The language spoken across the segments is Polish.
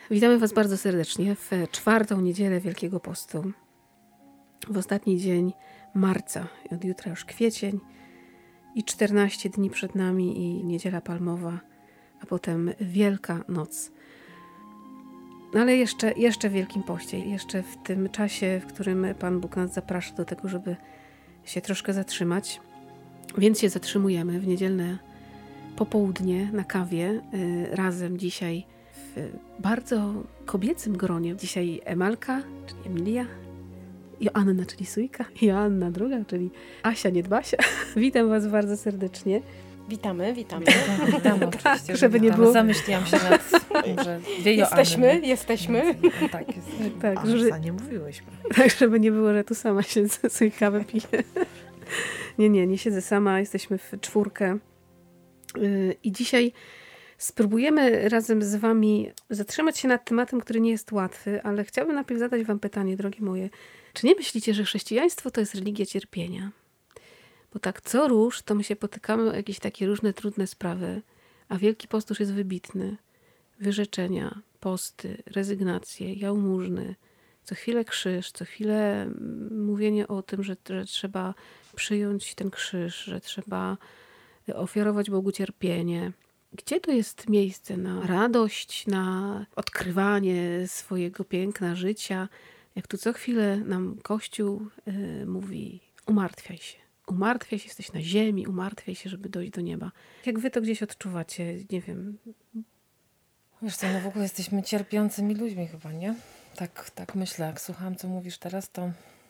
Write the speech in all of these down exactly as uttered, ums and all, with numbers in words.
Witamy Was bardzo serdecznie w czwartą niedzielę Wielkiego Postu. W ostatni dzień marca. Od jutra już kwiecień i czternaście dni przed nami i Niedziela Palmowa, a potem Wielka Noc. Ale jeszcze, jeszcze w Wielkim Poście, jeszcze w tym czasie, w którym Pan Bóg nas zaprasza do tego, żeby się troszkę zatrzymać. Więc się zatrzymujemy w niedzielne popołudnie na kawie yy, razem dzisiaj w bardzo kobiecym gronie. Dzisiaj Emalka, czyli Emilia, Joanna, czyli Sójka, Joanna druga, czyli Asia, nie Dbasia. Witam Was bardzo serdecznie. Witamy, witamy. Witamy oczywiście. Tak, żeby nie było. Zamyśliłam się nad tym, że dwie Jesteśmy, Joanny. jesteśmy. No, tak, jest. Tak, A, że, nie mówiłyśmy. tak, żeby nie było, że tu sama się Sójka wypije. Nie, nie, nie siedzę sama, jesteśmy w czwórkę. Yy, I dzisiaj spróbujemy razem z Wami zatrzymać się nad tematem, który nie jest łatwy, ale chciałabym najpierw zadać Wam pytanie, drogie moje. Czy nie myślicie, że chrześcijaństwo to jest religia cierpienia? Bo tak co róż, to my się potykamy o jakieś takie różne trudne sprawy, a Wielki Post już jest wybitny. Wyrzeczenia, posty, rezygnacje, jałmużny, co chwilę krzyż, co chwilę mówienie o tym, że, że trzeba przyjąć ten krzyż, że trzeba ofiarować Bogu cierpienie. Gdzie to jest miejsce na radość, na odkrywanie swojego piękna życia? Jak tu co chwilę nam Kościół y, mówi, umartwiaj się. Umartwiaj się, jesteś na ziemi, umartwiaj się, żeby dojść do nieba. Jak wy to gdzieś odczuwacie? Nie wiem. Wiesz co, no w ogóle jesteśmy cierpiącymi ludźmi chyba, nie? Tak, tak myślę, jak słucham, co mówisz teraz, to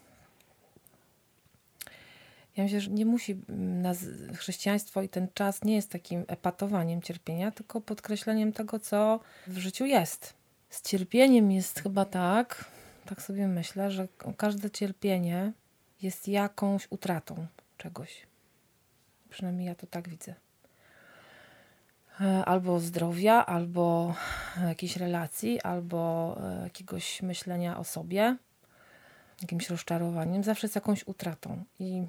ja myślę, że nie musi nas chrześcijaństwo i ten czas nie jest takim epatowaniem cierpienia, tylko podkreśleniem tego, co w życiu jest. Z cierpieniem jest chyba tak, tak sobie myślę, że każde cierpienie jest jakąś utratą czegoś. Przynajmniej ja to tak widzę. Albo zdrowia, albo jakiejś relacji, albo jakiegoś myślenia o sobie, jakimś rozczarowaniem. Zawsze jest jakąś utratą. I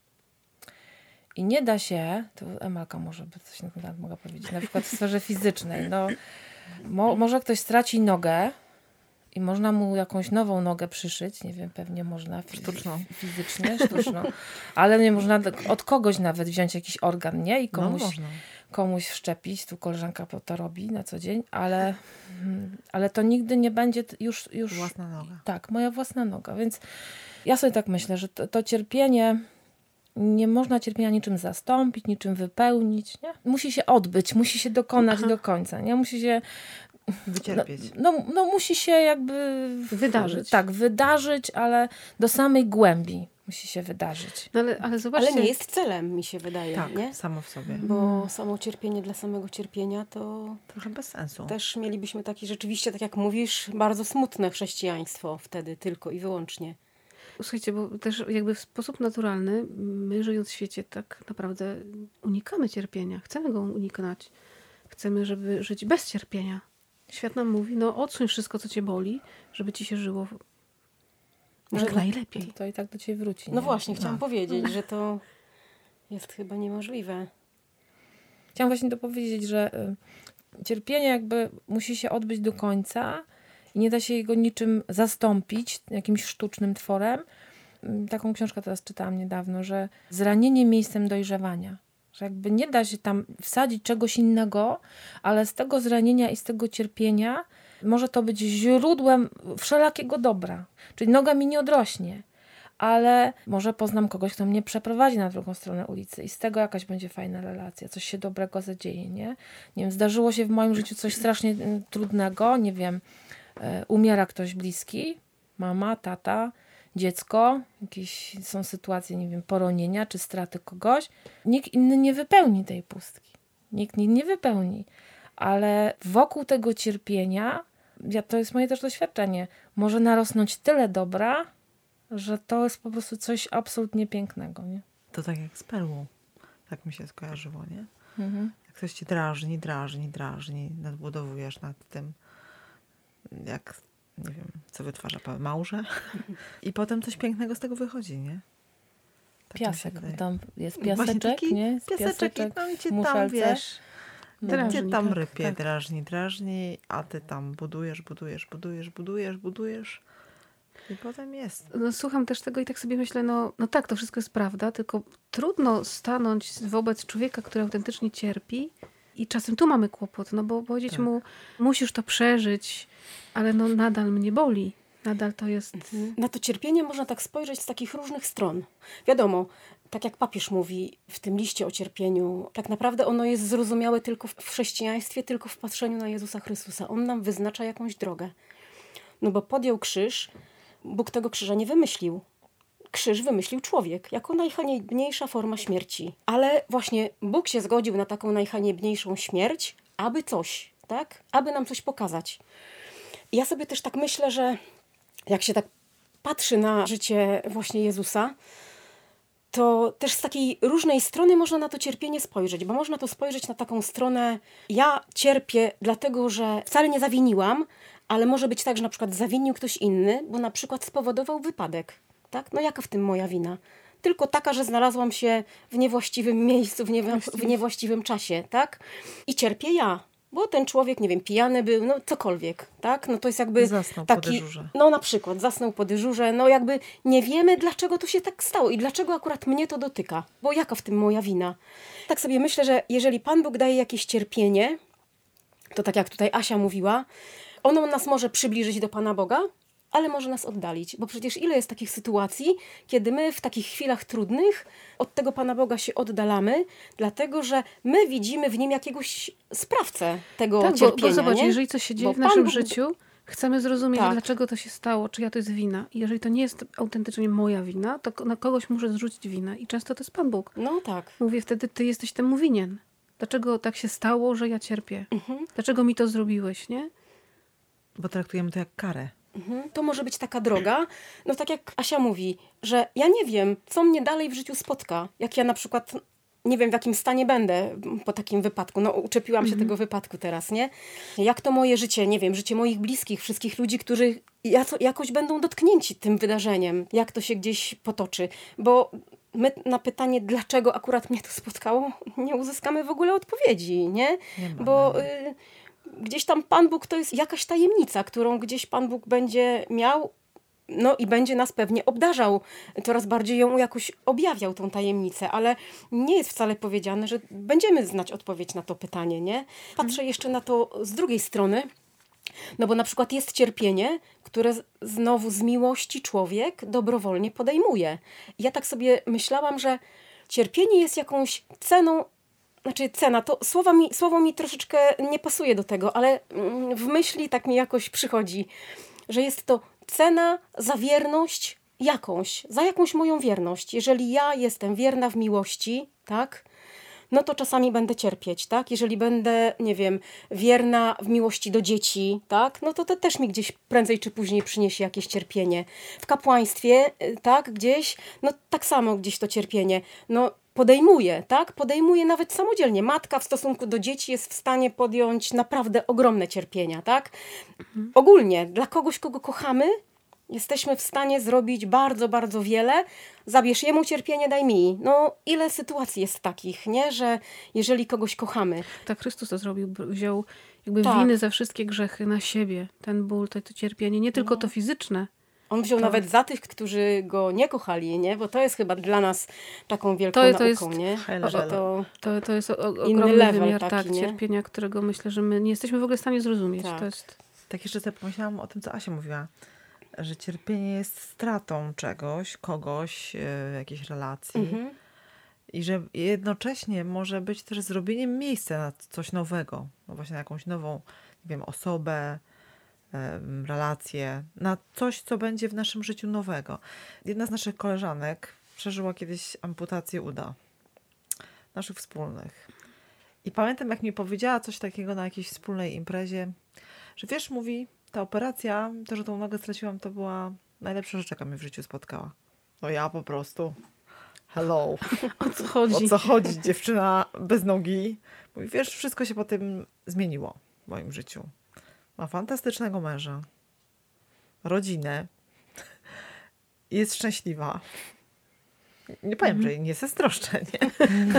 I nie da się, to Emalka może by coś na ten temat mogła powiedzieć, na przykład w sferze fizycznej. No, mo, może ktoś straci nogę i można mu jakąś nową nogę przyszyć, nie wiem, pewnie można Sztuczną. fizycznie, sztuczną, ale nie można od kogoś nawet wziąć jakiś organ, nie? I komuś, No, można. komuś wszczepić, tu koleżanka to robi na co dzień, ale, ale to nigdy nie będzie już, już... Własna noga. Tak, moja własna noga, więc ja sobie tak myślę, że to, to cierpienie... Nie można cierpienia niczym zastąpić, niczym wypełnić, nie? Musi się odbyć, musi się dokonać Aha. do końca, nie? Musi się... Wycierpieć. No, no, no musi się jakby... Wydarzyć. Tak, wydarzyć, ale do samej głębi musi się wydarzyć. No ale, ale zobaczcie... Ale nie jest celem, mi się wydaje, tak, nie? samo w sobie. Bo samo cierpienie dla samego cierpienia to... Trochę bez sensu. Też mielibyśmy takie rzeczywiście, tak jak mówisz, bardzo smutne chrześcijaństwo wtedy tylko i wyłącznie. Słuchajcie, bo też jakby w sposób naturalny my, żyjąc w świecie, tak naprawdę unikamy cierpienia. Chcemy go uniknąć. Chcemy, żeby żyć bez cierpienia. Świat nam mówi, no odsuń wszystko, co cię boli, żeby ci się żyło jak najlepiej. To, to i tak do ciebie wróci. No nie? właśnie, chciałam No. powiedzieć, że to jest chyba niemożliwe. Chciałam właśnie to powiedzieć, że y, cierpienie jakby musi się odbyć do końca i nie da się jego niczym zastąpić jakimś sztucznym tworem. Taką książkę teraz czytałam niedawno, że zranienie miejscem dojrzewania. Że jakby nie da się tam wsadzić czegoś innego, ale z tego zranienia i z tego cierpienia może to być źródłem wszelakiego dobra. Czyli noga mi nie odrośnie, ale może poznam kogoś, kto mnie przeprowadzi na drugą stronę ulicy i z tego jakaś będzie fajna relacja, coś się dobrego zadzieje, nie? Nie wiem, zdarzyło się w moim życiu coś strasznie trudnego, nie wiem, umiera ktoś bliski, mama, tata, dziecko, jakieś są sytuacje, nie wiem, poronienia czy straty kogoś. Nikt inny nie wypełni tej pustki. Nikt nie wypełni. Ale wokół tego cierpienia, ja, to jest moje też doświadczenie, może narosnąć tyle dobra, że to jest po prostu coś absolutnie pięknego, nie? To tak jak z perłą. Tak mi się skojarzyło, nie? Mhm. Jak ktoś ci drażni, drażni, drażni, nadbudowujesz nad tym, jak, nie wiem, co wytwarza małże. I potem coś pięknego z tego wychodzi, nie? Tak Piasek, mi się tam jest Właśnie piaseczek, taki nie? Jest Piaseczek, piaseczek i tam cię w muszelce. tam, wiesz, Drażni, Cię tam tak, rypie, tak. drażni, drażni, a ty tam budujesz, budujesz, budujesz, budujesz, budujesz i potem jest. No, słucham też tego i tak sobie myślę, no, no tak, to wszystko jest prawda, tylko trudno stanąć wobec człowieka, który autentycznie cierpi i czasem tu mamy kłopot, no bo powiedzieć Tak. mu, musisz to przeżyć, ale no nadal mnie boli. Nadal to jest... Na to cierpienie można tak spojrzeć z takich różnych stron. Wiadomo, tak jak papież mówi w tym liście o cierpieniu, tak naprawdę ono jest zrozumiałe tylko w chrześcijaństwie, tylko w patrzeniu na Jezusa Chrystusa. On nam wyznacza jakąś drogę. No bo podjął krzyż, Bóg tego krzyża nie wymyślił. Krzyż wymyślił człowiek, jako najhaniebniejsza forma śmierci. Ale właśnie Bóg się zgodził na taką najhaniebniejszą śmierć, aby coś, tak? Aby nam coś pokazać. I ja sobie też tak myślę, że jak się tak patrzy na życie właśnie Jezusa, to też z takiej różnej strony można na to cierpienie spojrzeć, bo można to spojrzeć na taką stronę, ja cierpię dlatego, że wcale nie zawiniłam, ale może być tak, że na przykład zawinił ktoś inny, bo na przykład spowodował wypadek. Tak? No jaka w tym moja wina? Tylko taka, że znalazłam się w niewłaściwym miejscu, w, niewa- w niewłaściwym czasie, tak? I cierpię ja, bo ten człowiek, nie wiem, pijany był, no cokolwiek, tak? No to jest jakby Zasnął po taki, dyżurze. no na przykład zasnął po dyżurze, no jakby nie wiemy, dlaczego to się tak stało i dlaczego akurat mnie to dotyka, bo jaka w tym moja wina? Tak sobie myślę, że jeżeli Pan Bóg daje jakieś cierpienie, to tak jak tutaj Asia mówiła, ono nas może przybliżyć do Pana Boga, ale może nas oddalić, bo przecież ile jest takich sytuacji, kiedy my w takich chwilach trudnych od tego Pana Boga się oddalamy, dlatego że my widzimy w nim jakiegoś sprawcę tego Tak, bo, cierpienia. bo zobacz, nie? jeżeli coś się dzieje Bo w Pan naszym Bóg- życiu, chcemy zrozumieć, Tak. dlaczego to się stało, czyja to jest wina. I jeżeli to nie jest autentycznie moja wina, to na kogoś muszę zrzucić winę. I często to jest Pan Bóg. No tak. Mówię wtedy, ty jesteś temu winien. Dlaczego tak się stało, że ja cierpię? Mhm. Dlaczego mi to zrobiłeś, nie? Bo traktujemy to jak karę. Mhm. To może być taka droga, no tak jak Asia mówi, że ja nie wiem, co mnie dalej w życiu spotka. Jak ja na przykład nie wiem, w jakim stanie będę po takim wypadku. No uczepiłam się tego wypadku teraz, nie? Jak to moje życie, nie wiem, życie moich bliskich, wszystkich ludzi, którzy jaco, jakoś będą dotknięci tym wydarzeniem. Jak to się gdzieś potoczy. Bo my na pytanie, dlaczego akurat mnie to spotkało, nie uzyskamy w ogóle odpowiedzi, nie? Nie ma, Bo... no. Y, gdzieś tam Pan Bóg to jest jakaś tajemnica, którą gdzieś Pan Bóg będzie miał, no i będzie nas pewnie obdarzał, coraz bardziej ją jakoś objawiał, tą tajemnicę, ale nie jest wcale powiedziane, że będziemy znać odpowiedź na to pytanie, nie? Patrzę jeszcze na to z drugiej strony, no bo na przykład jest cierpienie, które z- znowu z miłości człowiek dobrowolnie podejmuje. I ja tak sobie myślałam, że cierpienie jest jakąś ceną. Znaczy cena, to słowa mi, słowo mi troszeczkę nie pasuje do tego, ale mm, w myśli tak mi jakoś przychodzi, że jest to cena za wierność jakąś, za jakąś moją wierność. Jeżeli ja jestem wierna w miłości, tak, no to czasami będę cierpieć, tak? Jeżeli będę, nie wiem, wierna w miłości do dzieci, tak? No to to też mi gdzieś prędzej czy później przyniesie jakieś cierpienie. W kapłaństwie, y, tak, gdzieś, no tak samo gdzieś to cierpienie, no podejmuje, tak? Podejmuje nawet samodzielnie. Matka w stosunku do dzieci jest w stanie podjąć naprawdę ogromne cierpienia, tak? Ogólnie, dla kogoś, kogo kochamy, jesteśmy w stanie zrobić bardzo, bardzo wiele. Zabierz jemu cierpienie, daj mi. No, ile sytuacji jest takich, nie? Że jeżeli kogoś kochamy. Tak Chrystus to zrobił, br- wziął jakby Tak. winy za wszystkie grzechy na siebie. Ten ból, to, to cierpienie, nie tylko to fizyczne. On wziął nawet za tych, którzy go nie kochali, nie? Bo to jest chyba dla nas taką wielką To- to nauką, jest- nie? Hell Że to... To, to jest o, o, Inny ogromny level wymiar taki, tak, nie? cierpienia, którego myślę, że my nie jesteśmy w ogóle w stanie zrozumieć. Tak. To jest... Tak jeszcze sobie pomyślałam o tym, co Asia mówiła, że cierpienie jest stratą czegoś, kogoś, yy, jakiejś relacji. Mhm. I że jednocześnie może być też zrobieniem miejsca na coś nowego. No właśnie na jakąś nową, nie wiem, osobę, em, relację. Na coś, co będzie w naszym życiu nowego. Jedna z naszych koleżanek przeżyła kiedyś amputację uda. Naszych wspólnych. I pamiętam, jak mi powiedziała coś takiego na jakiejś wspólnej imprezie, że wiesz, mówi, ta operacja, to, że tą nogę straciłam, to była najlepsza rzecz, jaka mnie w życiu spotkała. No ja po prostu... Hello. O co chodzi? O co chodzi? Dziewczyna bez nogi. Mówi, wiesz, wszystko się po tym zmieniło w moim życiu. Ma fantastycznego męża, rodzinę, jest szczęśliwa. Nie powiem, że jej nie zazdroszczę, nie?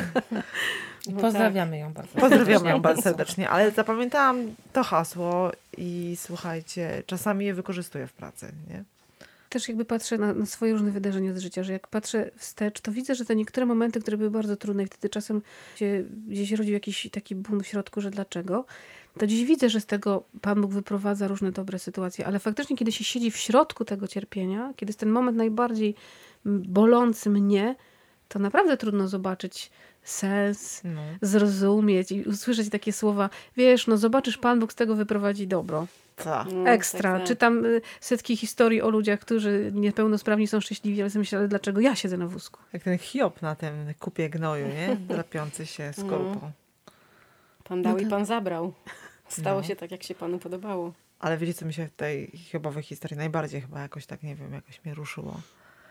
No pozdrawiamy tak. ją bardzo. Pozdrawiamy ją bardzo serdecznie, ale zapamiętałam to hasło i słuchajcie, czasami je wykorzystuję w pracy, nie? Też jakby patrzę na, na swoje różne wydarzenia z życia, że jak patrzę wstecz, to widzę, że te niektóre momenty, które były bardzo trudne i wtedy czasem się gdzieś rodził jakiś taki bunt w środku, że dlaczego, to dziś widzę, że z tego Pan Bóg wyprowadza różne dobre sytuacje, ale faktycznie kiedy się siedzi w środku tego cierpienia, kiedy jest ten moment najbardziej bolący mnie, to naprawdę trudno zobaczyć sens, no. zrozumieć i usłyszeć takie słowa, wiesz, no zobaczysz, Pan Bóg z tego wyprowadzi dobro. Ta. Ekstra. tak, tak. Czytam setki historii o ludziach, którzy niepełnosprawni są szczęśliwi, ale sobie myślę, ale dlaczego ja siedzę na wózku? Jak ten Hiob na tym kupie gnoju, nie? Drapiący się skorupą. No. Pan dał No i tak. Pan zabrał. Stało No. się tak, jak się Panu podobało. Ale wiecie, co mi się w tej Hiobowej historii najbardziej chyba jakoś tak, nie wiem, jakoś mnie ruszyło?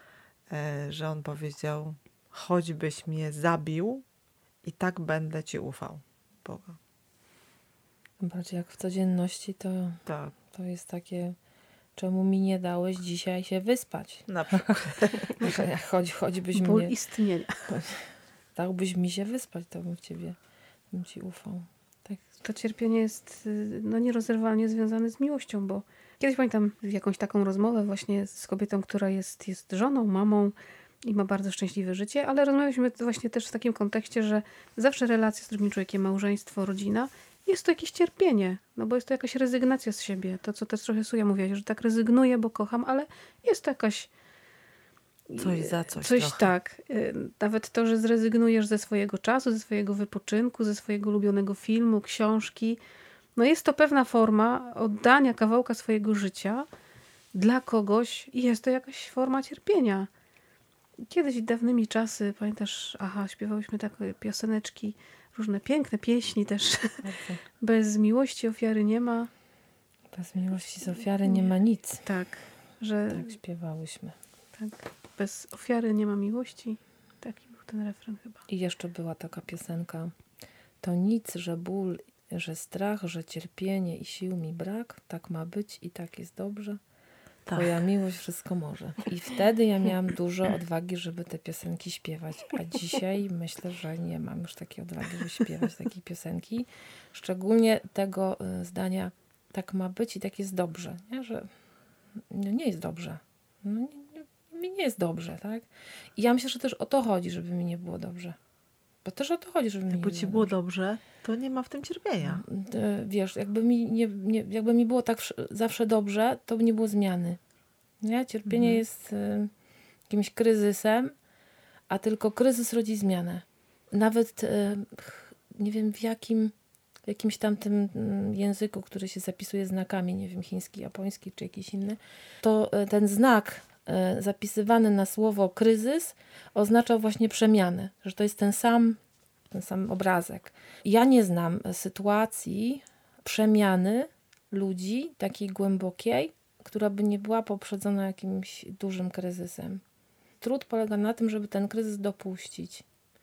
E, że on powiedział, choćbyś mnie zabił i tak będę ci ufał. Boga. Bardziej jak w codzienności, to, Tak. to jest takie, czemu mi nie dałeś dzisiaj się wyspać? Na przykład. Choć, choćbyś Ból mnie, istnienia. dałbyś mi się wyspać, to bym w ciebie, bym ci ufał. Tak. To cierpienie jest y, no, nierozerwalnie związane z miłością, bo kiedyś pamiętam jakąś taką rozmowę właśnie z kobietą, która jest, jest żoną, mamą i ma bardzo szczęśliwe życie, ale rozmawialiśmy właśnie też w takim kontekście, że zawsze relacja z drugim człowiekiem, małżeństwo, rodzina, jest to jakieś cierpienie, no bo jest to jakaś rezygnacja z siebie. To, co też trochę Suja mówiła, że tak rezygnuję, bo kocham, ale jest to jakaś... Coś za coś Coś trochę. tak. Nawet to, że zrezygnujesz ze swojego czasu, ze swojego wypoczynku, ze swojego ulubionego filmu, książki. No jest to pewna forma oddania kawałka swojego życia dla kogoś i jest to jakaś forma cierpienia. Kiedyś dawnymi czasy, pamiętasz, aha, śpiewałyśmy takie pioseneczki, różne piękne pieśni też. Bez miłości ofiary nie ma. Bez miłości z ofiary nie ma nic. Tak, że Tak śpiewałyśmy. tak, bez ofiary nie ma miłości. Taki był ten refren chyba. I jeszcze była taka piosenka. To nic, że ból, że strach, że cierpienie i sił mi brak. Tak ma być i tak jest dobrze. Tak. Twoja miłość wszystko może. I wtedy ja miałam dużo odwagi, żeby te piosenki śpiewać. A dzisiaj myślę, że nie mam już takiej odwagi, żeby śpiewać takiej piosenki. Szczególnie tego y, zdania tak ma być i tak jest dobrze. Nie, że no, nie jest dobrze. No, nie, nie, mi nie jest dobrze, tak? I ja myślę, że też o to chodzi, żeby mi nie było dobrze. Bo też o to chodzi, żeby mi Jakby nie ci było było dobrze. dobrze, to nie ma w tym cierpienia. Y, Wiesz, jakby mi, nie, nie, jakby mi było tak wsz- zawsze dobrze, to by nie było zmiany. Nie? Cierpienie Mhm. jest y, jakimś kryzysem, a tylko kryzys rodzi zmianę. Nawet y, ch- nie wiem w jakim w jakimś tam tym y, języku, który się zapisuje znakami, nie wiem, chiński, japoński czy jakiś inny, to y, ten znak y, zapisywany na słowo kryzys oznaczał właśnie przemianę, że to jest ten sam, ten sam obrazek. Ja nie znam sytuacji przemiany ludzi, takiej głębokiej, która by nie była poprzedzona jakimś dużym kryzysem. Trud polega na tym, żeby ten kryzys dopuścić.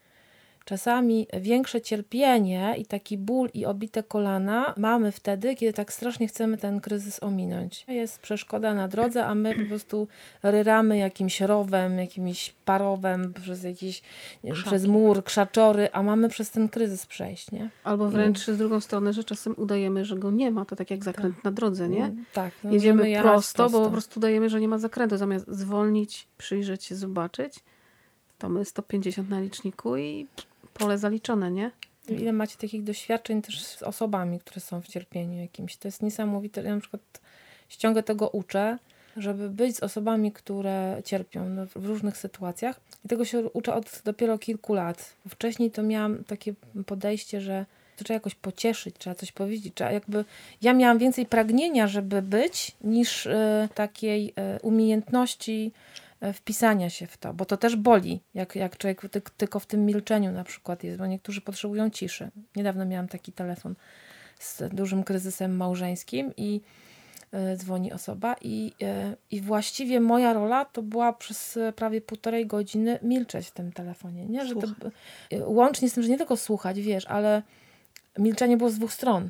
Czasami większe cierpienie i taki ból i obite kolana mamy wtedy, kiedy tak strasznie chcemy ten kryzys ominąć. Jest przeszkoda na drodze, a my po prostu ryramy jakimś rowem, jakimś parowem, przez jakiś, przez mur, krzaczory, a mamy przez ten kryzys przejść, nie? Albo wręcz z drugą stronę, że czasem udajemy, że go nie ma. To tak jak zakręt na drodze, nie? Tak. No, Jedziemy możemy jechać prosto, bo po prostu udajemy, że nie ma zakrętu. Zamiast zwolnić, przyjrzeć się, zobaczyć, to my sto pięćdziesiąt na liczniku i pole zaliczone, nie? Ile macie takich doświadczeń też z osobami, które są w cierpieniu jakimś. To jest niesamowite. Ja na przykład się ciągle tego uczę, żeby być z osobami, które cierpią no, w różnych sytuacjach. I tego się uczę od dopiero kilku lat. Wcześniej to miałam takie podejście, że to trzeba jakoś pocieszyć, trzeba coś powiedzieć. Trzeba jakby... Ja miałam więcej pragnienia, żeby być, niż y, takiej y, umiejętności wpisania się w to, bo to też boli, jak, jak człowiek ty, tylko w tym milczeniu na przykład jest, bo niektórzy potrzebują ciszy. Niedawno miałam taki telefon z dużym kryzysem małżeńskim i y, dzwoni osoba i, y, i właściwie moja rola to była przez prawie półtorej godziny milczeć w tym telefonie, nie? Że to, y, łącznie z tym, że nie tylko słuchać, wiesz, ale milczenie było z dwóch stron.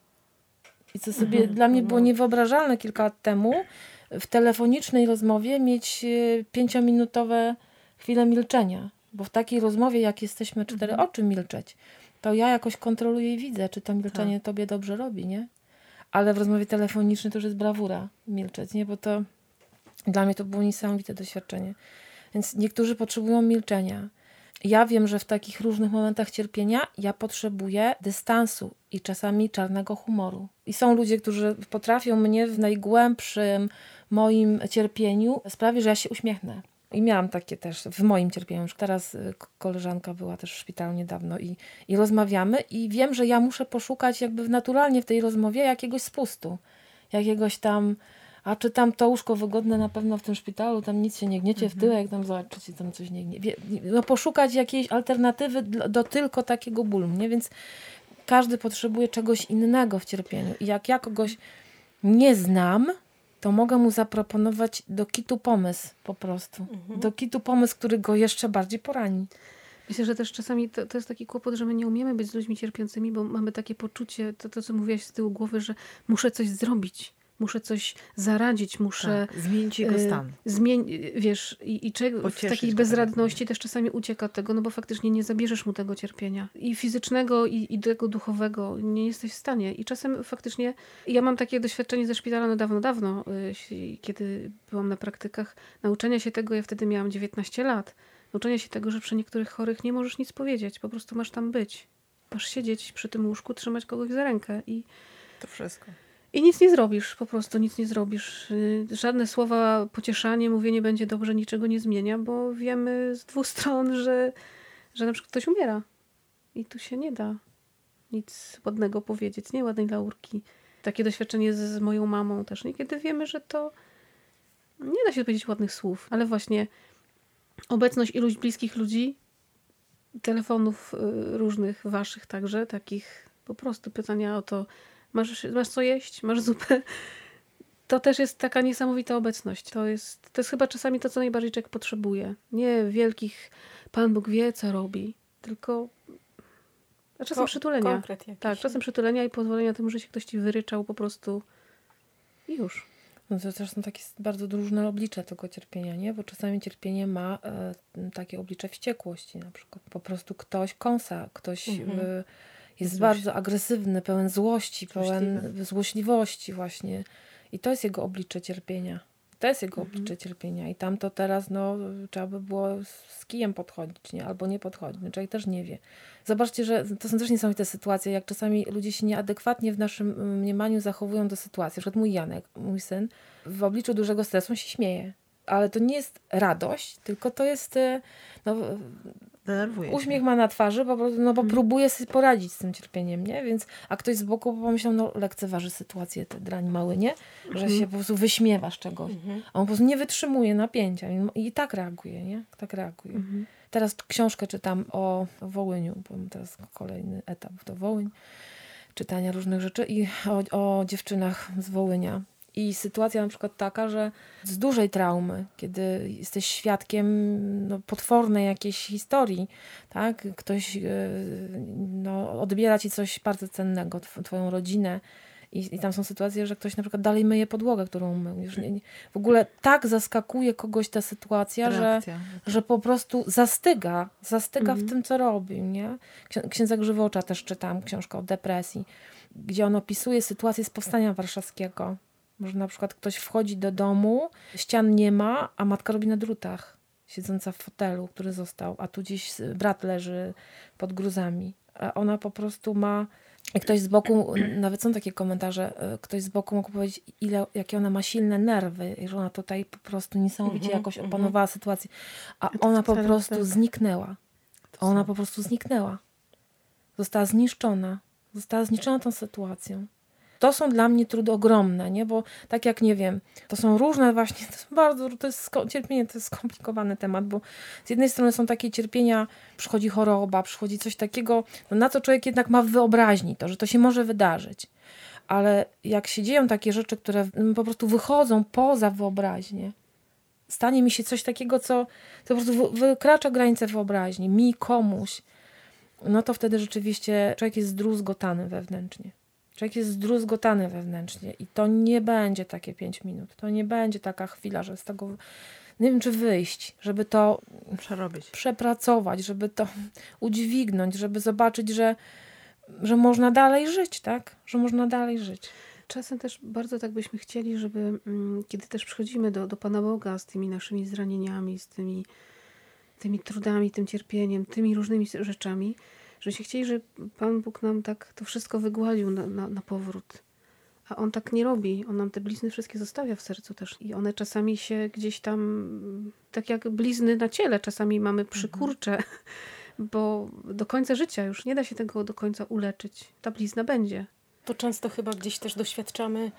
I co sobie mhm, dla mnie było niewyobrażalne kilka lat temu, w telefonicznej rozmowie mieć pięciominutowe chwilę milczenia, bo w takiej rozmowie, jak jesteśmy cztery Mhm. oczy milczeć, to ja jakoś kontroluję i widzę, czy to milczenie Tak. tobie dobrze robi, nie? Ale w rozmowie telefonicznej to już jest brawura milczeć, nie? Bo to dla mnie to było niesamowite doświadczenie. Więc niektórzy potrzebują milczenia. Ja wiem, że w takich różnych momentach cierpienia ja potrzebuję dystansu i czasami czarnego humoru. I są ludzie, którzy potrafią mnie w najgłębszym moim cierpieniu sprawić, że ja się uśmiechnę. I miałam takie też w moim cierpieniu. Teraz koleżanka była też w szpitalu niedawno i, i rozmawiamy i wiem, że ja muszę poszukać jakby naturalnie w tej rozmowie jakiegoś spustu. Jakiegoś tam, a czy tam to łóżko wygodne na pewno w tym szpitalu, tam nic się nie gniecie mhm. w tyłek, tam zobaczycie, tam coś nie gnie. No poszukać jakiejś alternatywy do, do tylko takiego bólu, nie? Więc każdy potrzebuje czegoś innego w cierpieniu. I jak ja kogoś nie znam, to mogę mu zaproponować do kitu pomysł po prostu. Mhm. Do kitu pomysł, który go jeszcze bardziej porani. Myślę, że też czasami to, to jest taki kłopot, że my nie umiemy być z ludźmi cierpiącymi, bo mamy takie poczucie, to, to co mówiłaś z tyłu głowy, że muszę coś zrobić, muszę coś zaradzić, muszę... Tak, zmienić jego stan. Y, zmień, wiesz, i, i czego, w takiej bezradności też czasami ucieka od tego, no bo faktycznie nie zabierzesz mu tego cierpienia. I fizycznego, i, i tego duchowego. Nie jesteś w stanie. I czasem faktycznie... Ja mam takie doświadczenie ze szpitala no dawno, dawno, y, kiedy byłam na praktykach. Nauczenia się tego, ja wtedy miałam dziewiętnaście lat. Nauczenia się tego, że przy niektórych chorych nie możesz nic powiedzieć. Po prostu masz tam być. Masz siedzieć przy tym łóżku, trzymać kogoś za rękę. I to wszystko. I nic nie zrobisz, po prostu nic nie zrobisz. Żadne słowa pocieszanie, mówienie będzie dobrze, niczego nie zmienia, bo wiemy z dwóch stron, że, że na przykład ktoś umiera. I tu się nie da nic ładnego powiedzieć, nie ładnej laurki. Takie doświadczenie z, z moją mamą też. Niekiedy wiemy, że to nie da się powiedzieć ładnych słów, ale właśnie obecność iluś bliskich ludzi, telefonów różnych waszych także, takich po prostu pytania o to, Masz, masz co jeść? Masz zupę? To też jest taka niesamowita obecność. To jest, to jest chyba czasami to, co najbardziej człowiek potrzebuje. Nie wielkich, Pan Bóg wie, co robi, tylko a czasem Ko- przytulenia. Konkret jakiś. Tak, czasem przytulenia i pozwolenia temu, że się ktoś ci wyryczał po prostu i już. No to też są takie bardzo różne oblicze tego cierpienia, nie? Bo czasami cierpienie ma e, takie oblicze wściekłości na przykład. Po prostu ktoś kąsa, ktoś... Mhm. E, jest Złoś. bardzo agresywny, pełen złości, pełen Złośliwy. złośliwości właśnie. I to jest jego oblicze cierpienia. To jest jego mhm. oblicze cierpienia. I tam to teraz, no, trzeba by było z kijem podchodzić, nie? Albo nie podchodzić. No, człowiek też nie wie. Zobaczcie, że to są też niesamowite sytuacje, jak czasami ludzie się nieadekwatnie w naszym mniemaniu zachowują do sytuacji. Na przykład mój Janek, mój syn, w obliczu dużego stresu on się śmieje. Ale to nie jest radość, tylko to jest... No, Denerwuje uśmiech się. ma na twarzy, po prostu, no bo hmm. próbuje sobie poradzić z tym cierpieniem, nie? Więc, a ktoś z boku pomyślał, no lekceważy sytuację, te drań mały, nie? Że hmm. się po prostu wyśmiewasz czegoś. Hmm. A on po prostu nie wytrzymuje napięcia i, i tak reaguje, nie? Tak reaguje. Hmm. Teraz książkę czytam o, o Wołyniu, bo teraz kolejny etap to Wołyń, czytania różnych rzeczy i o, o dziewczynach z Wołynia. I sytuacja na przykład taka, że z dużej traumy, kiedy jesteś świadkiem no, potwornej jakiejś historii, tak? Ktoś no, odbiera ci coś bardzo cennego, tw- twoją rodzinę i, i tam są sytuacje, że ktoś na przykład dalej myje podłogę, którą mył. Już nie, nie, w ogóle tak zaskakuje kogoś ta sytuacja, że, że po prostu zastyga, zastyga mhm. w tym, co robi. Nie? Księdza Grzywocza też czytam książkę o depresji, gdzie on opisuje sytuację z Powstania Warszawskiego. Może na przykład ktoś wchodzi do domu, ścian nie ma, a matka robi na drutach, siedząca w fotelu, który został, a tu gdzieś brat leży pod gruzami. A ona po prostu ma... I ktoś z boku, nawet są takie komentarze, ktoś z boku mógł powiedzieć, ile, jakie ona ma silne nerwy, i że ona tutaj po prostu niesamowicie jakoś opanowała sytuację. A ona po prostu zniknęła. Ona po prostu zniknęła. Została zniszczona. Została zniszczona tą sytuacją. To są dla mnie trudy ogromne, nie? Bo tak jak nie wiem, to są różne właśnie, to jest bardzo, to jest cierpienie, to jest skomplikowany temat, bo z jednej strony są takie cierpienia, przychodzi choroba, przychodzi coś takiego, no na co człowiek jednak ma w wyobraźni to, że to się może wydarzyć. Ale jak się dzieją takie rzeczy, które po prostu wychodzą poza wyobraźnię, stanie mi się coś takiego, co, co po prostu wykracza granice wyobraźni, mi, komuś, no to wtedy rzeczywiście człowiek jest zdruzgotany wewnętrznie. Człowiek jest zdruzgotany wewnętrznie i to nie będzie takie pięć minut. To nie będzie taka chwila, że z tego nie wiem, czy wyjść, żeby to Przerobić. przepracować, żeby to udźwignąć, żeby zobaczyć, że, że można dalej żyć, tak? Że można dalej żyć. Czasem też bardzo tak byśmy chcieli, żeby mm, kiedy też przychodzimy do, do Pana Boga z tymi naszymi zranieniami, z tymi, tymi trudami, tym cierpieniem, tymi różnymi rzeczami, żebyśmy chcieli, żeby Pan Bóg nam tak to wszystko wygładził na, na, na powrót. A On tak nie robi. On nam te blizny wszystkie zostawia w sercu też. I one czasami się gdzieś tam, tak jak blizny na ciele, czasami mamy przykurcze, mhm. bo do końca życia już nie da się tego do końca uleczyć. Ta blizna będzie. To często chyba gdzieś też doświadczamy,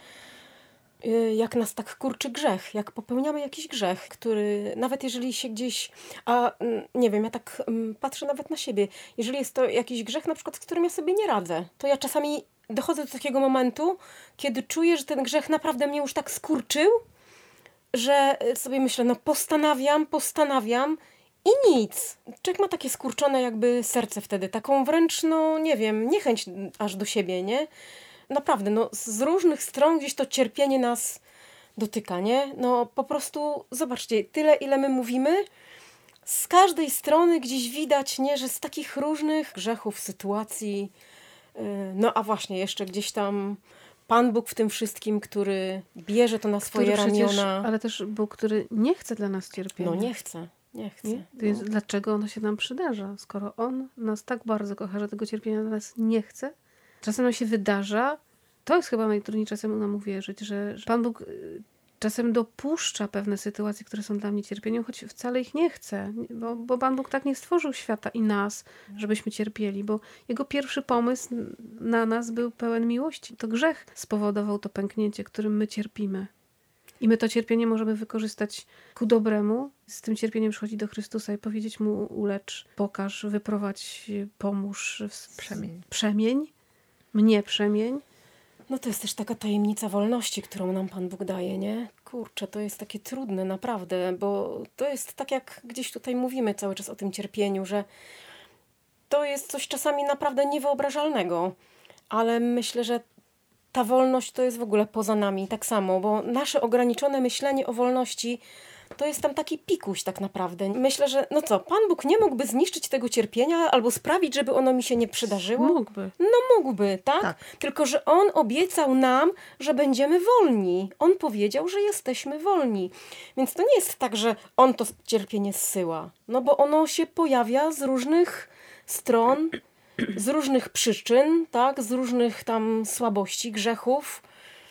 jak nas tak kurczy grzech, jak popełniamy jakiś grzech, który nawet jeżeli się gdzieś, a nie wiem, ja tak patrzę nawet na siebie, jeżeli jest to jakiś grzech na przykład, z którym ja sobie nie radzę, to ja czasami dochodzę do takiego momentu, kiedy czuję, że ten grzech naprawdę mnie już tak skurczył, że sobie myślę, no postanawiam, postanawiam i nic. Człowiek ma takie skurczone jakby serce wtedy, taką wręcz, no nie wiem, niechęć aż do siebie, nie? Naprawdę, no z różnych stron gdzieś to cierpienie nas dotyka, nie? No po prostu, zobaczcie, tyle ile my mówimy, z każdej strony gdzieś widać, nie, że z takich różnych grzechów, sytuacji, yy, no a właśnie jeszcze gdzieś tam Pan Bóg w tym wszystkim, który bierze to na swoje który przecież, ramiona. ale też Bóg, który nie chce dla nas cierpienia. No nie chce, nie chce. Nie? Więc no. dlaczego ono się nam przydarza? Skoro On nas tak bardzo kocha, że tego cierpienia dla nas nie chce, czasem nam się wydarza, to jest chyba najtrudniej czasem nam uwierzyć, że, że Pan Bóg czasem dopuszcza pewne sytuacje, które są dla mnie cierpieniem, choć wcale ich nie chce, bo, bo Pan Bóg tak nie stworzył świata i nas, żebyśmy cierpieli, bo Jego pierwszy pomysł na nas był pełen miłości. To grzech spowodował to pęknięcie, którym my cierpimy. I my to cierpienie możemy wykorzystać ku dobremu. Z tym cierpieniem przychodzi do Chrystusa i powiedzieć Mu: ulecz, pokaż, wyprowadź, pomóż, Przemień. przemień, mnie przemień. No to jest też taka tajemnica wolności, którą nam Pan Bóg daje, nie? Kurczę, to jest takie trudne naprawdę, bo to jest tak jak gdzieś tutaj mówimy cały czas o tym cierpieniu, że to jest coś czasami naprawdę niewyobrażalnego, ale myślę, że ta wolność to jest w ogóle poza nami tak samo, bo nasze ograniczone myślenie o wolności to jest tam taki pikuś tak naprawdę. Myślę, że no co, Pan Bóg nie mógłby zniszczyć tego cierpienia albo sprawić, żeby ono mi się nie przydarzyło? Mógłby. No mógłby, tak? Tak. Tylko że On obiecał nam, że będziemy wolni. On powiedział, że jesteśmy wolni. Więc to nie jest tak, że On to cierpienie zsyła. No bo ono się pojawia z różnych stron, z różnych przyczyn, tak? Z różnych tam słabości, grzechów.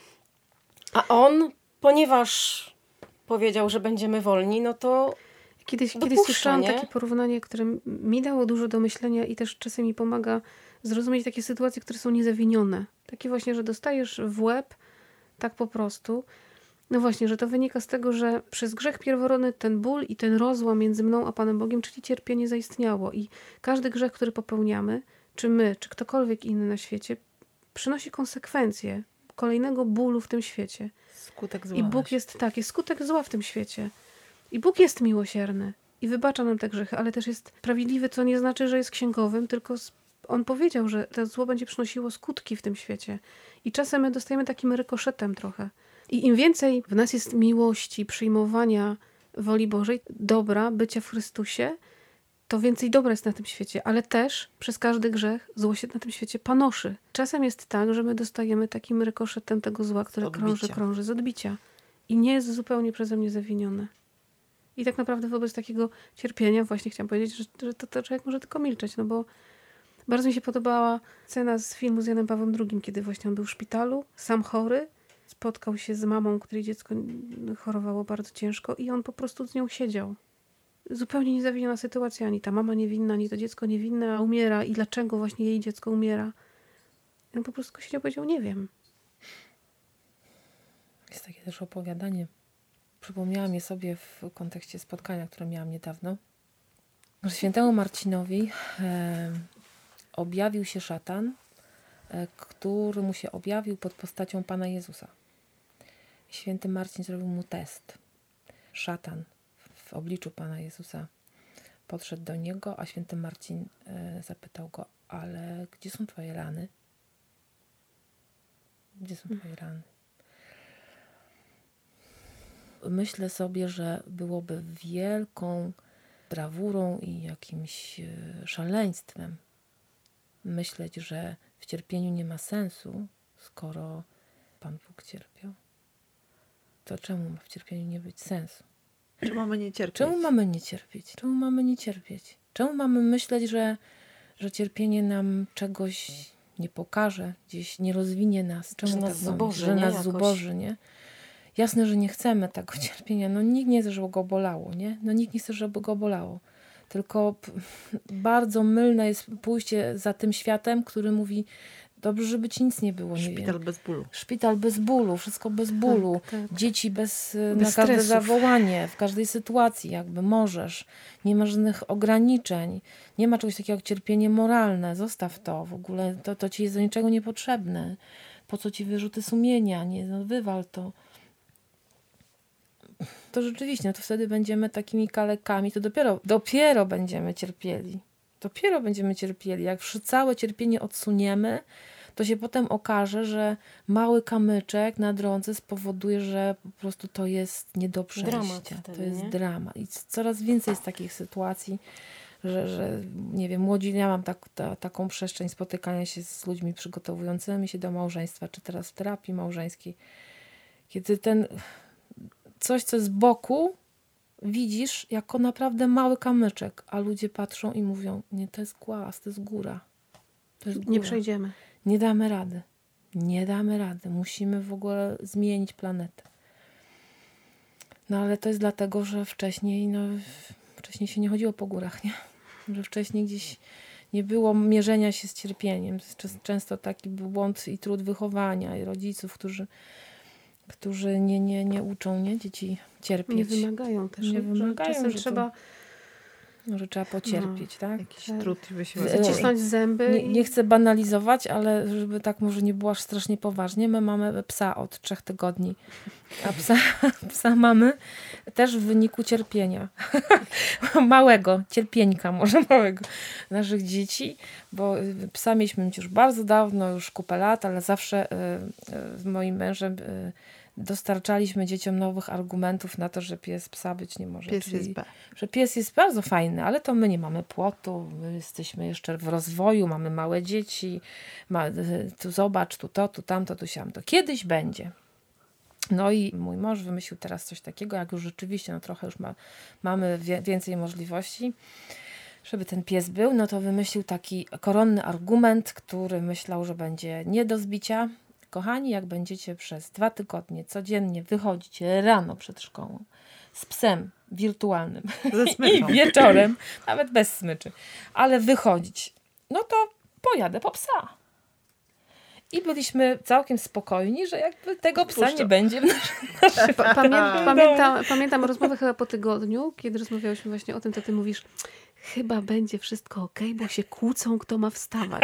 A On, ponieważ powiedział, że będziemy wolni, no to Kiedyś, kiedyś dopuszcza, słyszałam nie? takie porównanie, które mi dało dużo do myślenia i też czasem mi pomaga zrozumieć takie sytuacje, które są niezawinione. Takie właśnie, że dostajesz w łeb tak po prostu. No właśnie, że to wynika z tego, że przez grzech pierworodny ten ból i ten rozłam między mną a Panem Bogiem, czyli cierpienie zaistniało. I każdy grzech, który popełniamy, czy my, czy ktokolwiek inny na świecie, przynosi konsekwencje kolejnego bólu w tym świecie. Skutek zła. I Bóg jest tak, jest skutek zła w tym świecie. I Bóg jest miłosierny i wybacza nam te grzechy, ale też jest sprawiedliwy, co nie znaczy, że jest księgowym, tylko On powiedział, że to zło będzie przynosiło skutki w tym świecie. I czasem my dostajemy takim rykoszetem trochę. I im więcej w nas jest miłości, przyjmowania woli Bożej, dobra, bycia w Chrystusie, to więcej dobra jest na tym świecie, ale też przez każdy grzech zło się na tym świecie panoszy. Czasem jest tak, że my dostajemy takim rykoszetem tego zła, które Odbicia. krąży, krąży z odbicia. I nie jest zupełnie przeze mnie zawinione. I tak naprawdę wobec takiego cierpienia właśnie chciałam powiedzieć, że, że to, to człowiek może tylko milczeć, no bo bardzo mi się podobała scena z filmu z Janem Pawłem drugim, kiedy właśnie on był w szpitalu, sam chory, spotkał się z mamą, której dziecko chorowało bardzo ciężko i on po prostu z nią siedział. Zupełnie niezawiniona sytuacja, ani ta mama niewinna, ani to dziecko niewinne, a umiera i dlaczego właśnie jej dziecko umiera. I on po prostu siedział i powiedział, nie wiem. Jest takie też opowiadanie. Przypomniałam je sobie w kontekście spotkania, które miałam niedawno. Że świętemu Marcinowi e, objawił się szatan, e, który mu się objawił pod postacią Pana Jezusa. Święty Marcin zrobił mu test. Szatan w obliczu Pana Jezusa podszedł do niego, a święty Marcin e, zapytał go, ale gdzie są twoje rany? Gdzie są twoje rany? myślę sobie, że byłoby wielką brawurą i jakimś szaleństwem myśleć, że w cierpieniu nie ma sensu, skoro Pan Bóg cierpiał. To czemu ma w cierpieniu nie być sensu? Czemu mamy nie cierpieć? Czemu mamy nie cierpieć? Czemu mamy nie cierpieć? Czemu mamy myśleć, że, że cierpienie nam czegoś nie pokaże, gdzieś nie rozwinie nas? Czemu że tak nas mamy? zuboży, Że nie? nas Jakoś. zuboży, nie? Jasne, że nie chcemy tego cierpienia. No nikt nie chce, żeby go bolało, nie? No nikt nie chce, żeby go bolało. Tylko p- bardzo mylne jest pójście za tym światem, który mówi, dobrze, żeby ci nic nie było. Nie Szpital wiem. bez bólu. Szpital bez bólu, wszystko bez bólu. Tak, tak. Dzieci bez, Bez na każde stresów. zawołanie, w każdej sytuacji jakby możesz. Nie ma żadnych ograniczeń. Nie ma czegoś takiego jak cierpienie moralne. Zostaw to. W ogóle to, to ci jest do niczego niepotrzebne. Po co ci wyrzuty sumienia? Nie, no wywal to. To rzeczywiście, no to wtedy będziemy takimi kalekami, to dopiero, dopiero będziemy cierpieli. Dopiero będziemy cierpieli. Jak wszy- całe cierpienie odsuniemy, to się potem okaże, że mały kamyczek na drodze spowoduje, że po prostu to jest nie do przejścia. Dramat wtedy, to jest nie? dramat. I c- coraz więcej jest takich sytuacji, że, że nie wiem, młodzi, ja mam tak, ta, taką przestrzeń spotykania się z ludźmi przygotowującymi się do małżeństwa, czy teraz w terapii małżeńskiej, kiedy ten coś, co z boku widzisz jako naprawdę mały kamyczek, a ludzie patrzą i mówią, nie, to jest głaz, to jest góra. To jest góra. Nie przejdziemy. Nie damy rady. Nie damy rady. Musimy w ogóle zmienić planetę. No ale to jest dlatego, że wcześniej, no, wcześniej się nie chodziło po górach, nie? Że wcześniej gdzieś nie było mierzenia się z cierpieniem. Czas- Często taki był błąd i trud wychowania i rodziców, którzy, którzy nie, nie, nie uczą nie? dzieci cierpieć. Nie wymagają też. Nie że wymagają, Czasem że to- trzeba No, że trzeba pocierpieć, tak? Jakiś Tak. trud i wysiłek. Z- zacisnąć zęby. Nie, i- nie chcę banalizować, ale żeby tak może nie było aż strasznie poważnie, my mamy psa od trzech tygodni. A psa, psa mamy też w wyniku cierpienia. Małego, cierpieńka może małego naszych dzieci, bo y, psa mieliśmy mieć już bardzo dawno, już kupę lat, ale zawsze y, y, z moim mężem y, dostarczaliśmy dzieciom nowych argumentów na to, że pies psa być nie może. Pies Czyli jest B. że pies jest bardzo fajny, ale to my nie mamy płotu, my jesteśmy jeszcze w rozwoju, mamy małe dzieci, ma, tu zobacz, tu to, tu tamto, tu siamto. Kiedyś będzie. No i mój mąż wymyślił teraz coś takiego, jak już rzeczywiście, no trochę już ma, mamy wie, więcej możliwości, żeby ten pies był, no to wymyślił taki koronny argument, który myślał, że będzie nie do zbicia. Kochani, jak będziecie przez dwa tygodnie codziennie wychodzić rano przed szkołą z psem wirtualnym Ze i smyczą. wieczorem, nawet bez smyczy, ale wychodzić, no to pojadę po psa. I byliśmy całkiem spokojni, że jakby tego psa Puszczam. nie będzie w naszym Pa, pamię, pamiętam, pamiętam rozmowę chyba po tygodniu, kiedy rozmawiałyśmy właśnie o tym, to ty mówisz, chyba będzie wszystko okej, bo się kłócą, kto ma wstawać.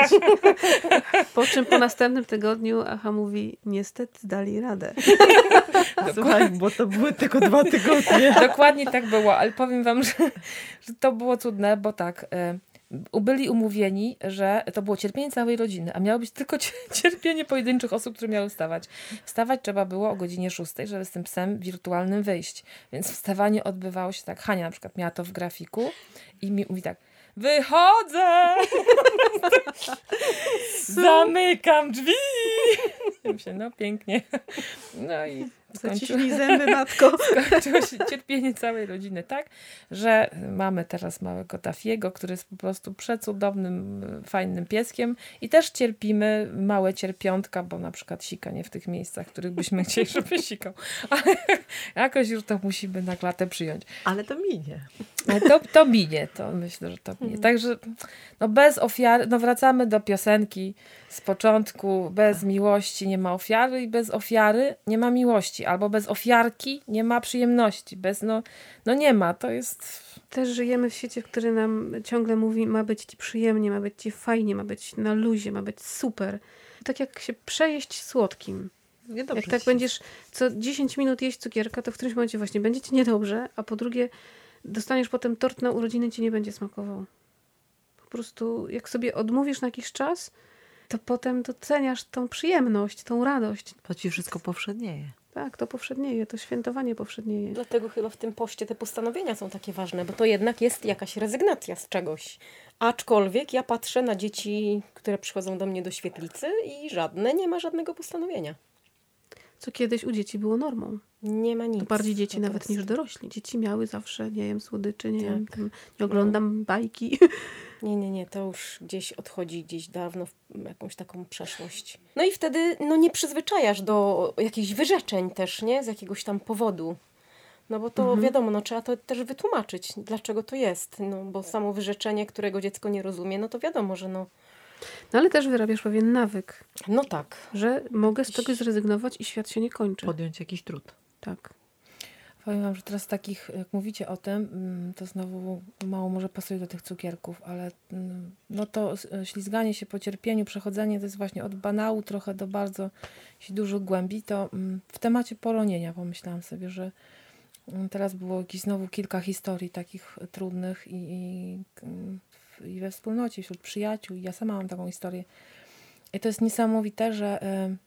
Po czym po następnym tygodniu Aha mówi, niestety dali radę. Słuchaj, bo to były tylko dwa tygodnie. Dokładnie tak było, ale powiem wam, że, że to było cudne, bo tak, y, byli umówieni, że to było cierpienie całej rodziny, a miało być tylko cie- cierpienie pojedynczych osób, które miały wstawać. Wstawać trzeba było o godzinie szóstej, żeby z tym psem wirtualnym wyjść. Więc wstawanie odbywało się tak. Hania na przykład miała to w grafiku i mi mówi tak, wychodzę! Zamykam drzwi! Ja myślę, no pięknie. No i skończyło, Zaciśnij zęby, matko. skończyło się cierpienie całej rodziny, tak? Że mamy teraz małego Tafiego, który jest po prostu przecudownym, fajnym pieskiem i też cierpimy małe cierpiątka, bo na przykład sika nie w tych miejscach, w których byśmy chcieli, żeby sikał. Ale jakoś już to musimy na klatę przyjąć. Ale to minie. Ale to, to minie, to myślę, że to minie. Także no bez ofiary, no wracamy do piosenki z początku, bez miłości nie ma ofiary i bez ofiary nie ma miłości, albo bez ofiarki nie ma przyjemności, bez, no, no nie ma, to jest... Też żyjemy w świecie, w którym nam ciągle mówi, ma być ci przyjemnie, ma być ci fajnie, ma być na luzie, ma być super. Tak jak się przejeść słodkim. Niedobrze Jak tak ci. będziesz co dziesięć minut jeść cukierka, to w którymś momencie właśnie będzie ci niedobrze, a po drugie dostaniesz potem tort na urodziny, ci nie będzie smakował. Po prostu jak sobie odmówisz na jakiś czas, to potem doceniasz tą przyjemność, tą radość. To ci wszystko powszednieje. Tak, to powszednieje, to świętowanie powszednieje. Dlatego chyba w tym poście te postanowienia są takie ważne, bo to jednak jest jakaś rezygnacja z czegoś. Aczkolwiek ja patrzę na dzieci, które przychodzą do mnie do świetlicy i żadne, nie ma żadnego postanowienia. Co kiedyś u dzieci było normą. Nie ma nic. To bardziej dzieci po nawet prostu. niż dorośli. Dzieci miały zawsze, nie jem słodyczy, nie Tak. jem, tam, nie oglądam bajki. Nie, nie, nie, to już gdzieś odchodzi gdzieś dawno w jakąś taką przeszłość. No i wtedy no, nie przyzwyczajasz do jakichś wyrzeczeń też, nie? Z jakiegoś tam powodu. No bo to Mhm. wiadomo, no trzeba to też wytłumaczyć, dlaczego to jest. No bo samo wyrzeczenie, którego dziecko nie rozumie, no to wiadomo, że no, No ale też wyrabiasz pewien nawyk, no tak. że mogę z czegoś zrezygnować i świat się nie kończy. Podjąć jakiś trud. Tak. Powiem wam, że teraz takich, jak mówicie o tym, mm, to znowu mało może pasuje do tych cukierków, ale mm, no to s- ślizganie się po cierpieniu, przechodzenie to jest właśnie od banału trochę do bardzo dużych głębi. To mm, w temacie poronienia pomyślałam sobie, że mm, teraz było jakieś znowu kilka historii takich trudnych i, i, mm, w- i we wspólnocie, wśród przyjaciół. I ja sama mam taką historię. I to jest niesamowite, że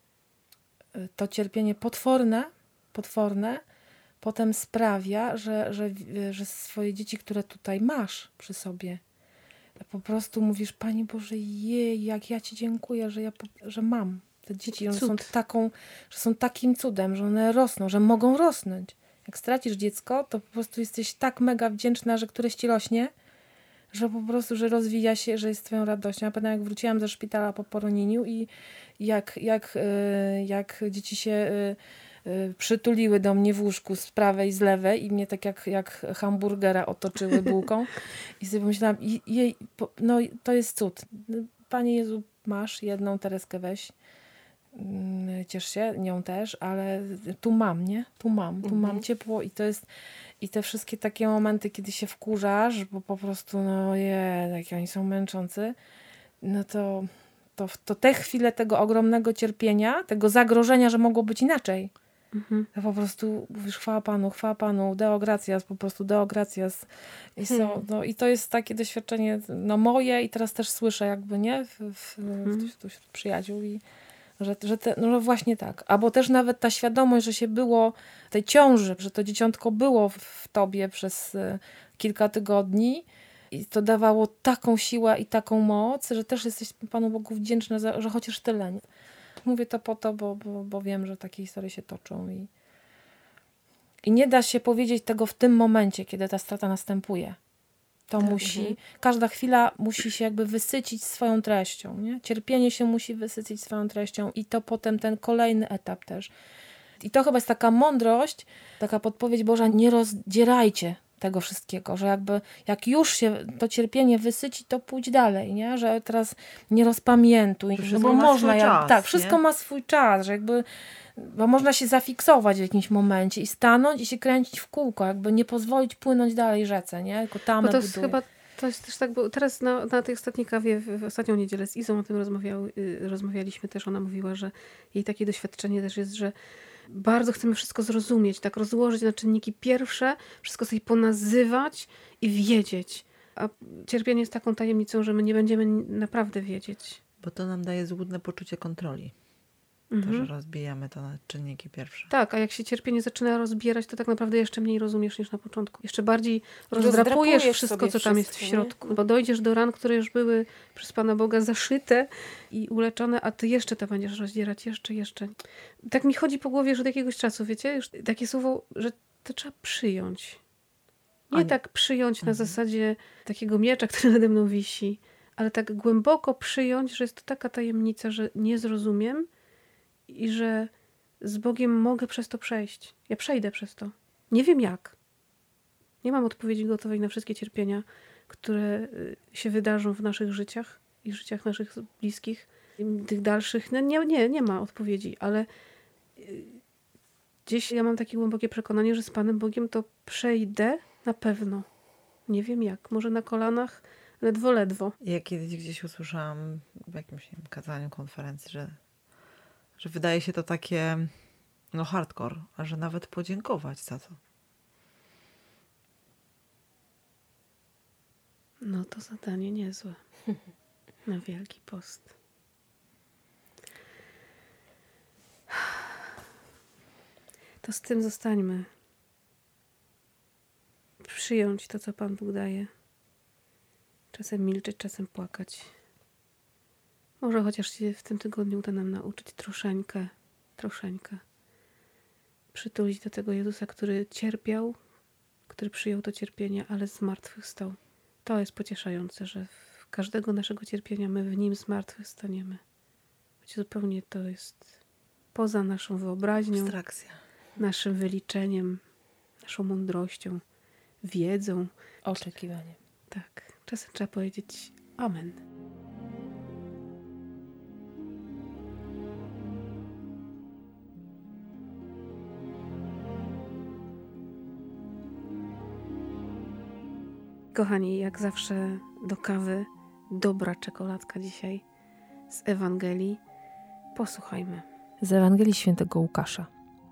y, y, to cierpienie potworne, potworne, potem sprawia, że, że, że swoje dzieci, które tutaj masz przy sobie, po prostu mówisz, Panie Boże, jej, jak ja Ci dziękuję, że ja po- że mam te dzieci. One są Cud. taką, że są takim cudem, że one rosną, że mogą rosnąć. Jak stracisz dziecko, to po prostu jesteś tak mega wdzięczna, że któreś Ci rośnie, że po prostu, że rozwija się, że jest Twoją radością. Ja pamiętam, jak wróciłam ze szpitala po poronieniu i jak, jak, y, jak dzieci się y, y, przytuliły do mnie w łóżku z prawej, z lewej i mnie tak jak, jak hamburgera otoczyły bułką. I sobie pomyślałam, i- jej, po- no to jest cud. Panie Jezu, masz jedną Tereskę, weź. Mm, Ciesz się, nią też, ale tu mam, nie? Tu mam, tu Mhm. mam ciepło i to jest i te wszystkie takie momenty, kiedy się wkurzasz, bo po prostu, no je, jak oni są męczący, no to, to, to te chwile tego ogromnego cierpienia, tego zagrożenia, że mogło być inaczej, Mhm. to po prostu mówisz chwała Panu, chwała Panu, Deo gratias, po prostu Deo gratias. I, są, Hmm. no, i to jest takie doświadczenie no, moje i teraz też słyszę jakby, nie? W, w, Mhm. w, wśród przyjaciół i że, że, te, no, że właśnie tak. Albo też nawet ta świadomość, że się było tej ciąży, że to dzieciątko było w tobie przez y, kilka tygodni i to dawało taką siłę i taką moc, że też jesteś Panu Bogu wdzięczna, za, że chociaż tyle. Nie? Mówię to po to, bo, bo, bo wiem, że takie historie się toczą i, i nie da się powiedzieć tego w tym momencie, kiedy ta strata następuje. To musi, Mhm. każda chwila musi się jakby wysycić swoją treścią, nie? Cierpienie się musi wysycić swoją treścią i to potem ten kolejny etap też. I to chyba jest taka mądrość, taka podpowiedź Boża, nie rozdzierajcie tego wszystkiego, że jakby jak już się to cierpienie wysyci, to pójdź dalej, nie? Że teraz nie rozpamiętuj, Że no wszystko bo ma można, swój jak, czas, tak, wszystko nie? ma swój czas, że jakby bo można się zafiksować w jakimś momencie i stanąć i się kręcić w kółko, jakby nie pozwolić płynąć dalej rzece, nie? Tylko tamę Bo to jest buduje. chyba, to jest też tak, bo teraz na, na tej ostatniej kawie, w, w ostatnią niedzielę z Izą o tym rozmawiały, y, rozmawialiśmy też, ona mówiła, że jej takie doświadczenie też jest, że bardzo chcemy wszystko zrozumieć, tak rozłożyć na czynniki pierwsze, wszystko sobie ponazywać i wiedzieć. A cierpienie jest taką tajemnicą, że my nie będziemy naprawdę wiedzieć. Bo to nam daje złudne poczucie kontroli. To, Mhm. że rozbijamy to na czynniki pierwsze. Tak, a jak się cierpienie zaczyna rozbierać, to tak naprawdę jeszcze mniej rozumiesz niż na początku. Jeszcze bardziej rozdrapujesz Rozdrapujesz wszystko, sobie co tam jest w wszystko, nie? środku. Bo dojdziesz do ran, które już były przez Pana Boga zaszyte i uleczone, a ty jeszcze to będziesz rozdzierać, jeszcze, jeszcze. Tak mi chodzi po głowie już od jakiegoś czasu, wiecie? Już takie słowo, że to trzeba przyjąć. Nie Ani- tak przyjąć na Mhm. zasadzie takiego miecza, który nade mną wisi, ale tak głęboko przyjąć, że jest to taka tajemnica, że nie zrozumiem i że z Bogiem mogę przez to przejść. Ja przejdę przez to. Nie wiem jak. Nie mam odpowiedzi gotowej na wszystkie cierpienia, które y, się wydarzą w naszych życiach i życiach naszych bliskich. I tych dalszych, no nie, nie, nie ma odpowiedzi, ale y, gdzieś ja mam takie głębokie przekonanie, że z Panem Bogiem to przejdę na pewno. Nie wiem jak. Może na kolanach, ledwo, ledwo. Ja kiedyś gdzieś usłyszałam w jakimś nie wiem, kazaniu, konferencji, że, że wydaje się to takie no hardcore, a że nawet podziękować za to. No to zadanie niezłe. Na Wielki Post. to z tym zostańmy. Przyjąć to, co Pan Bóg daje. Czasem milczeć, czasem płakać. Może chociaż się w tym tygodniu uda nam nauczyć troszeczkę, troszeczkę. Przytulić do tego Jezusa, który cierpiał, który przyjął to cierpienie, ale zmartwychwstał. To jest pocieszające, że w każdego naszego cierpienia my w Nim zmartwychwstaniemy. Choć zupełnie to jest poza naszą wyobraźnią, Abstrakcja. naszym wyliczeniem, naszą mądrością, wiedzą. Oczekiwanie. Tak, czasem trzeba powiedzieć amen. Kochani, jak zawsze do kawy dobra czekoladka dzisiaj z Ewangelii. Posłuchajmy. Z Ewangelii Świętego Łukasza.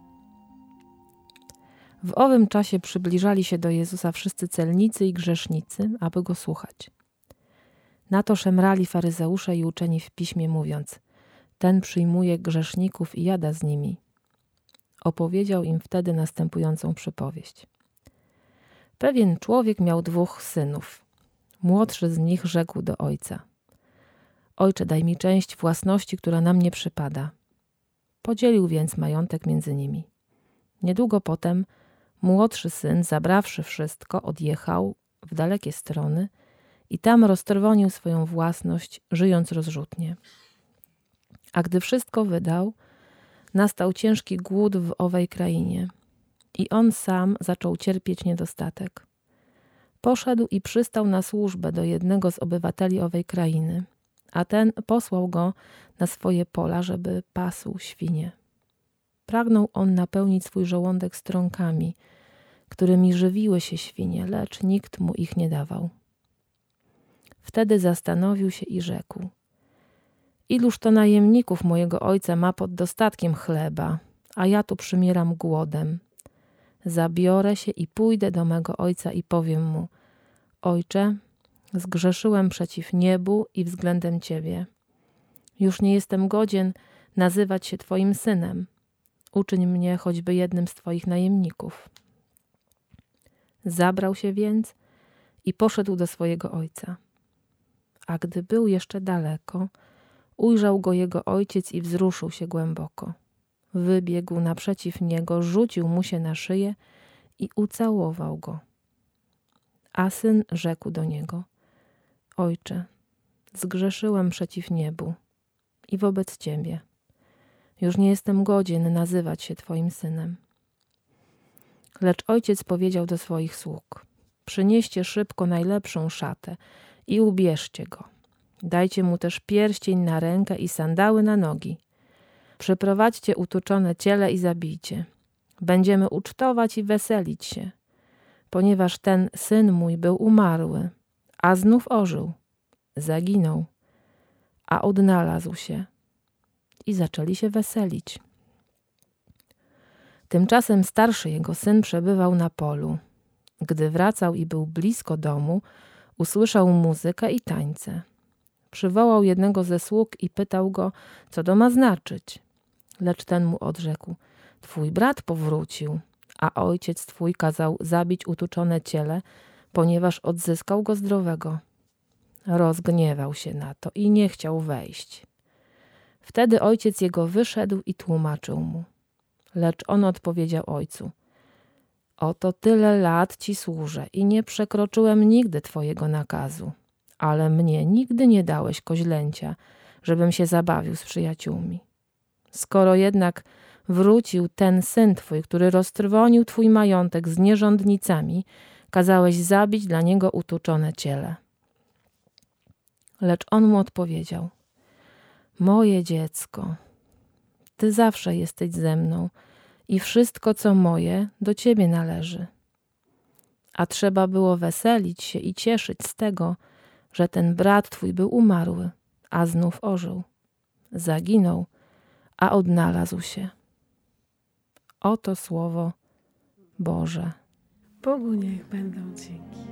W owym czasie przybliżali się do Jezusa wszyscy celnicy i grzesznicy, aby Go słuchać. Na to szemrali faryzeusze i uczeni w piśmie, mówiąc: ten przyjmuje grzeszników i jada z nimi. Opowiedział im wtedy następującą przypowieść. Pewien człowiek miał dwóch synów. Młodszy z nich rzekł do ojca: Ojcze, daj mi część własności, która na mnie przypada. Podzielił więc majątek między nimi. Niedługo potem młodszy syn, zabrawszy wszystko, odjechał w dalekie strony i tam roztrwonił swoją własność, żyjąc rozrzutnie. A gdy wszystko wydał, nastał ciężki głód w owej krainie i on sam zaczął cierpieć niedostatek. Poszedł i przystał na służbę do jednego z obywateli owej krainy, a ten posłał go na swoje pola, żeby pasł świnie. Pragnął on napełnić swój żołądek strąkami, którymi żywiły się świnie, lecz nikt mu ich nie dawał. Wtedy zastanowił się i rzekł: Iluż to najemników mojego ojca ma pod dostatkiem chleba, a ja tu przymieram głodem. Zabiorę się i pójdę do mego ojca i powiem mu: Ojcze, zgrzeszyłem przeciw niebu i względem Ciebie. Już nie jestem godzien nazywać się Twoim synem. Uczyń mnie choćby jednym z Twoich najemników. Zabrał się więc i poszedł do swojego ojca. A gdy był jeszcze daleko, ujrzał go jego ojciec i wzruszył się głęboko. Wybiegł naprzeciw niego, rzucił mu się na szyję i ucałował go. A syn rzekł do niego: Ojcze, zgrzeszyłem przeciw niebu i wobec Ciebie. Już nie jestem godzien nazywać się Twoim synem. Lecz ojciec powiedział do swoich sług: Przynieście szybko najlepszą szatę i ubierzcie go. Dajcie mu też pierścień na rękę i sandały na nogi. Przyprowadźcie utuczone ciele i zabijcie. Będziemy ucztować i weselić się, ponieważ ten syn mój był umarły, a znów ożył, zaginął, a odnalazł się. I zaczęli się weselić. Tymczasem starszy jego syn przebywał na polu. Gdy wracał i był blisko domu, usłyszał muzykę i tańce. Przywołał jednego ze sług i pytał go, co to ma znaczyć. Lecz ten mu odrzekł: Twój brat powrócił, a ojciec twój kazał zabić utuczone ciele, ponieważ odzyskał go zdrowego. Rozgniewał się na to i nie chciał wejść. Wtedy ojciec jego wyszedł i tłumaczył mu. Lecz on odpowiedział ojcu: Oto tyle lat ci służę i nie przekroczyłem nigdy twojego nakazu, ale mnie nigdy nie dałeś koźlęcia, żebym się zabawił z przyjaciółmi. Skoro jednak wrócił ten syn twój, który roztrwonił twój majątek z nierządnicami, kazałeś zabić dla niego utuczone ciele. Lecz on mu odpowiedział: Moje dziecko, ty zawsze jesteś ze mną i wszystko, co moje, do ciebie należy. A trzeba było weselić się i cieszyć z tego, że ten brat twój był umarły, a znów ożył. Zaginął, a odnalazł się. Oto słowo Boże. Bogu niech będą dzięki.